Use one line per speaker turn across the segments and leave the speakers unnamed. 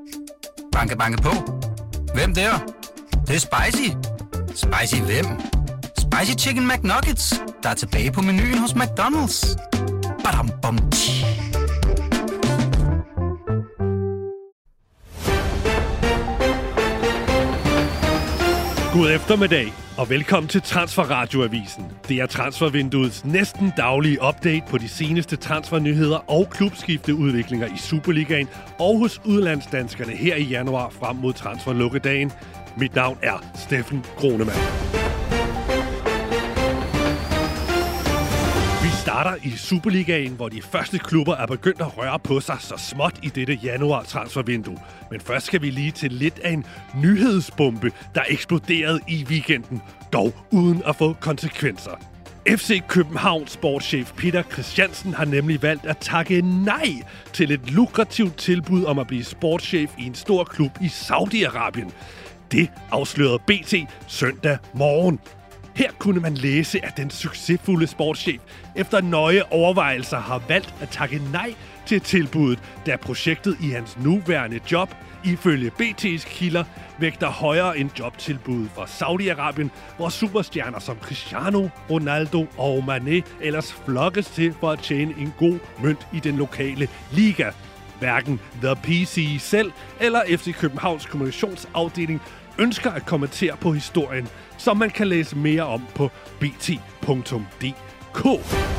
Banke, banke på. Hvem der? Det er spicy. Spicy hvem? Spicy Chicken McNuggets, der er tilbage på menuen hos McDonald's. Badum, bom, tji.
God eftermiddag, og velkommen til Transferradioavisen. Det er transfervinduets næsten daglige update på de seneste transfernyheder og klubskifteudviklinger i Superligaen og hos udlandsdanskerne her i januar frem mod transferlukkedagen. Mit navn er Steffen Gronemann. Vi starter i Superligaen, hvor de første klubber er begyndt at røre på sig så småt i dette januar-transfervindue. Men først skal vi lige til lidt af en nyhedsbombe, der eksploderede i weekenden, dog uden at få konsekvenser. FC Københavns sportschef Peter Christiansen har nemlig valgt at takke nej til et lukrativt tilbud om at blive sportschef i en stor klub i Saudi-Arabien. Det afslørede BT søndag morgen. Her kunne man læse, at den succesfulde sportschef efter nøje overvejelser har valgt at takke nej til tilbuddet, da projektet i hans nuværende job, ifølge BT's kilder, vægter højere end jobtilbuddet fra Saudi-Arabien, hvor superstjerner som Cristiano Ronaldo og Mané ellers flokkes til for at tjene en god mønt i den lokale liga. Hverken The PC selv eller FC Københavns kommunikationsafdeling ønsker at kommentere på historien, som man kan læse mere om på bt.dk.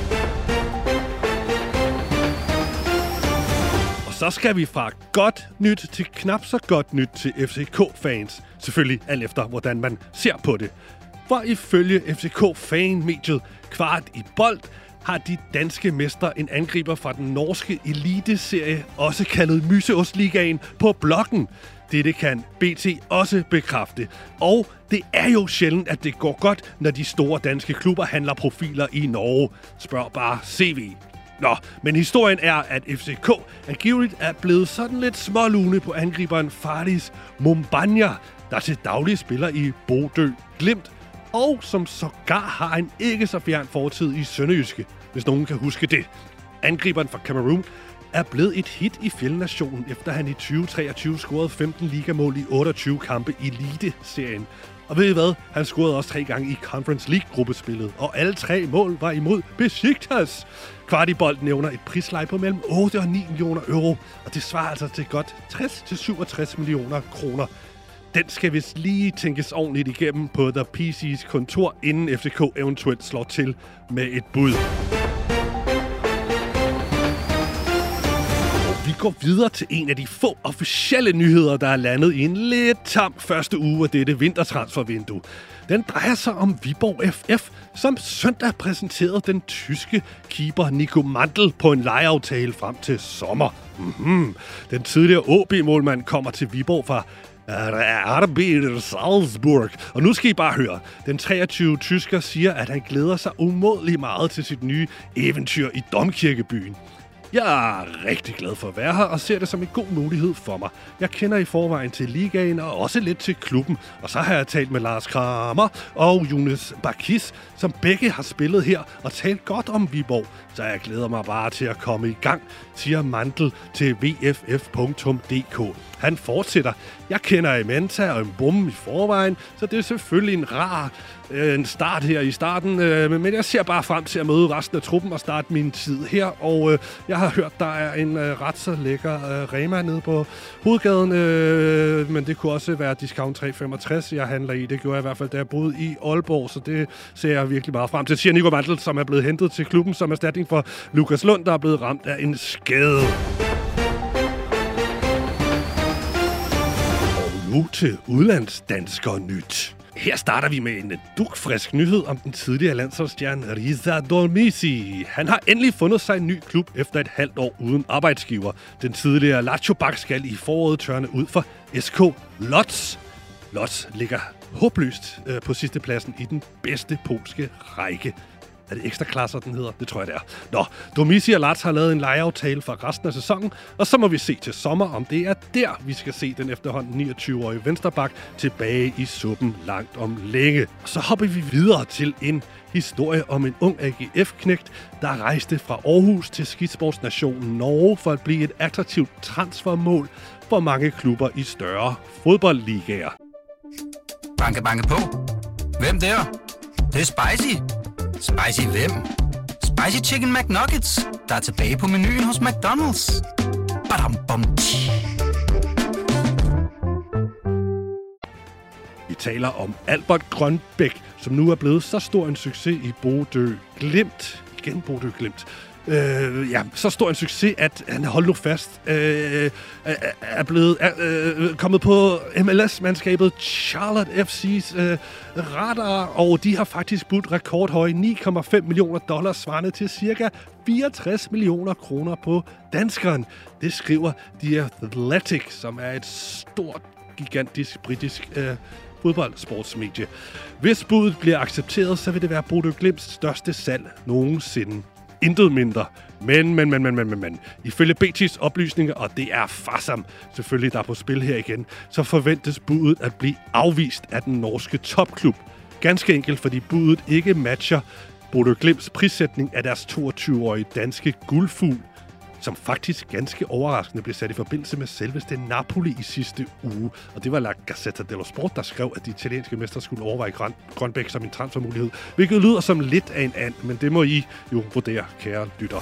Og så skal vi fra godt nyt til knap så godt nyt til FCK-fans. Selvfølgelig alt efter, hvordan man ser på det. For ifølge FCK-fan-mediet Kvart i Bold har de danske mestre en angriber fra den norske eliteserie, også kaldet Myseostligaen, på bloggen. Dette kan BT også bekræfte. Og det er jo sjældent, at det går godt, når de store danske klubber handler profiler i Norge. Spørg bare CV. Nå, men historien er, at FCK angiveligt er blevet sådan lidt smålune på angriberen Faris Mumbanya, der til daglig spiller i Bodø Glimt, og som sågar har en ikke så fjern fortid i Sønderjyske, hvis nogen kan huske det. Angriberen fra Cameroon er blevet et hit i Fjelnationen, efter han i 2023 scorede 15 ligamål i 28 kampe i Elite-serien. Og ved I hvad? Han scorede også 3 gange i Conference League-gruppespillet, og alle 3 mål var imod Besiktas. Kvart i Bold nævner et prisleje på mellem 8 og 9 millioner euro, og det svarer altså til godt 60-67 millioner kroner. Den skal vist lige tænkes ordentligt igennem på The PC's kontor, inden FCK eventuelt slår til med et bud. Vi går videre til en af de få officielle nyheder, der er landet i en lidt tam første uge af dette vintertransfervindue. Den drejer sig om Viborg FF, som søndag præsenterede den tyske keeper Nico Mantel på en lejeaftale frem til sommer. Den tidligere OB-målmand kommer til Viborg fra RB Salzburg. Og nu skal I bare høre. Den 23 tysker siger, at han glæder sig umådeligt meget til sit nye eventyr i Domkirkebyen. Jeg er rigtig glad for at være her og ser det som en god mulighed for mig. Jeg kender i forvejen til ligaen og også lidt til klubben. Og så har jeg talt med Lars Kramer og Jonas Bakis, som begge har spillet her og talt godt om Viborg. Så jeg glæder mig bare til at komme i gang, siger Mantel til vff.dk. Han fortsætter. Jeg kender Ementa og en bum i forvejen, så det er selvfølgelig en start her i starten. Men jeg ser bare frem til at møde resten af truppen og starte min tid her. Og jeg har hørt, der er en ret så lækker Rema nede på hovedgaden. Men det kunne også være Discount 365, jeg handler i. Det gjorde jeg i hvert fald, da jeg boede i Aalborg. Så det ser jeg virkelig meget frem til. Siger Nico Mantel, som er blevet hentet til klubben som erstatning for Lukas Lund, der er blevet ramt af en skade. Nu til udlandsdansker nyt. Her starter vi med en dugfrisk nyhed om den tidligere landsholdsstjerne Riza Dormizi. Han har endelig fundet sig en ny klub efter et halvt år uden arbejdsgiver. Den tidligere Latchobak skal i foråret tørne ud for SK Lodz. Lodz ligger håbløst på sidstepladsen i den bedste polske række. Er det ekstra klasser, den hedder? Det tror jeg, det er. Nå, Dormizi og Lats har lavet en lejeaftale for resten af sæsonen, og så må vi se til sommer, om det er der, vi skal se den efterhånden 29-årige venstreback tilbage i suppen langt om længe. Og så hopper vi videre til en historie om en ung AGF-knægt, der rejste fra Aarhus til skisportsnationen Norge for at blive et attraktivt transfermål for mange klubber i større fodboldligaer.
Banke, banke på. Hvem der? Det er spicy. Spicy hvem? Spicy Chicken McNuggets, der er tilbage på menuen hos McDonald's. Badum, bom,
Vi taler om Albert Grønbæk, som nu er blevet så stor en succes i Bodø Glimt. Igen Bodø Glimt. Så stor en succes, at han, hold nu fast, er blevet kommet på MLS-mandskabet Charlotte FC's radar, og de har faktisk budt rekordhøje $9,5 millioner, svarende til cirka 64 millioner kroner på danskeren. Det skriver The Athletic, som er et stort, gigantisk britisk fodboldsportsmedie. Hvis budet bliver accepteret, så vil det være Bodø Glimts største salg nogensinde. Intet mindre. Men. Ifølge BT's oplysninger, og det er Farsam selvfølgelig, der er på spil her igen, så forventes budet at blive afvist af den norske topklub. Ganske enkelt, fordi budet ikke matcher Bodø Glimts prissætning af deres 22-årige danske guldfugl, som faktisk ganske overraskende blev sat i forbindelse med selveste Napoli i sidste uge. Og det var La Gazzetta dello Sport, der skrev, at de italienske mestre skulle overveje Grønbæk som en transfermulighed, hvilket lyder som lidt af en and, men det må I jo vurdere, kære lytter.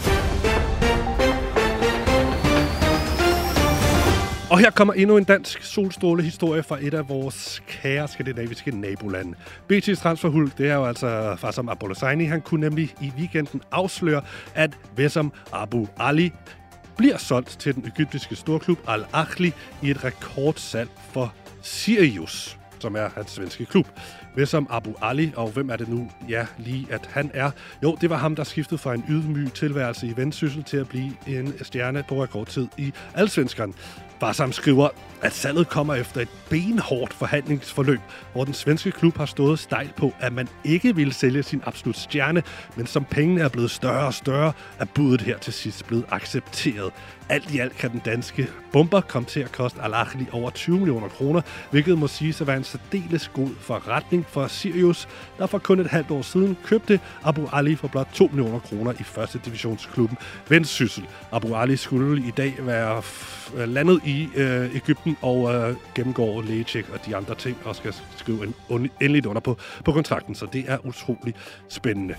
Og her kommer endnu en dansk solstrålehistorie fra et af vores kære skandinaviske nabolande. BT's transferhulk, det er jo altså Farsam Abolosani. Han kunne nemlig i weekenden afsløre, at Wessam Abu Ali bliver solgt til den egyptiske storklub Al Ahly i et rekordsalg for Sirius, som er hans svenske klub. Wessam Abu Ali, og hvem er det nu? Ja, lige at han er. Jo, det var ham, der skiftede fra en ydmyg tilværelse i Vendsyssel til at blive en stjerne på rekordtid i Allsvenskan. Farsam skriver, at salget kommer efter et benhårdt forhandlingsforløb, hvor den svenske klub har stået stejlt på, at man ikke ville sælge sin absolut stjerne, men som pengene er blevet større og større, er budet her til sidst blevet accepteret. Alt i alt kan den danske bomber komme til at koste Al Ahly over 20 millioner kroner, hvilket må siges at være en særdeles god forretning for Sirius, der for kun et halvt år siden købte Abu Ali for blot 2 millioner kroner i første divisionsklubben Vendsyssel. Abu Ali skulle i dag være landet i Egypten og gennemgår lægetjek og de andre ting og skal skrive endeligt under på kontrakten, så det er utrolig spændende.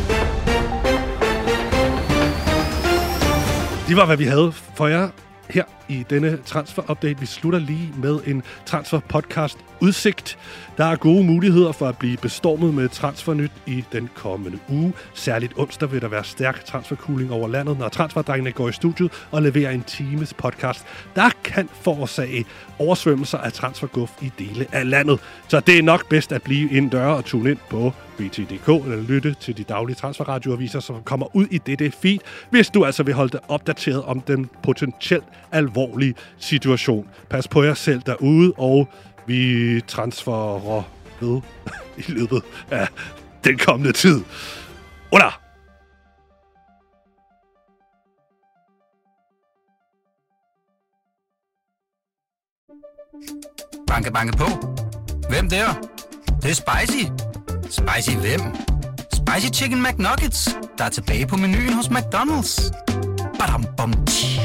Det var, hvad vi havde for jer her i denne transfer-update. Vi slutter lige med en transfer-podcast udsigt. Der er gode muligheder for at blive bestormet med transfernyt i den kommende uge. Særligt onsdag vil der være stærk transfercooling over landet, når transferdrengene går i studiet og leverer en times podcast, der kan forårsage oversvømmelser af transferguf i dele af landet. Så det er nok bedst at blive indendør og tune ind på BT.dk eller lytte til de daglige transferradioaviser, som kommer ud i dette feed, hvis du altså vil holde dig opdateret om den potentielt alvorlige situation. Pas på jer selv derude, og vi transferer ved i løbet af den kommende tid. Under!
Banke, banke på. Hvem der? Det er spicy. Spicy hvem? Spicy Chicken McNuggets, der er tilbage på menuen hos McDonald's. Badum, bom,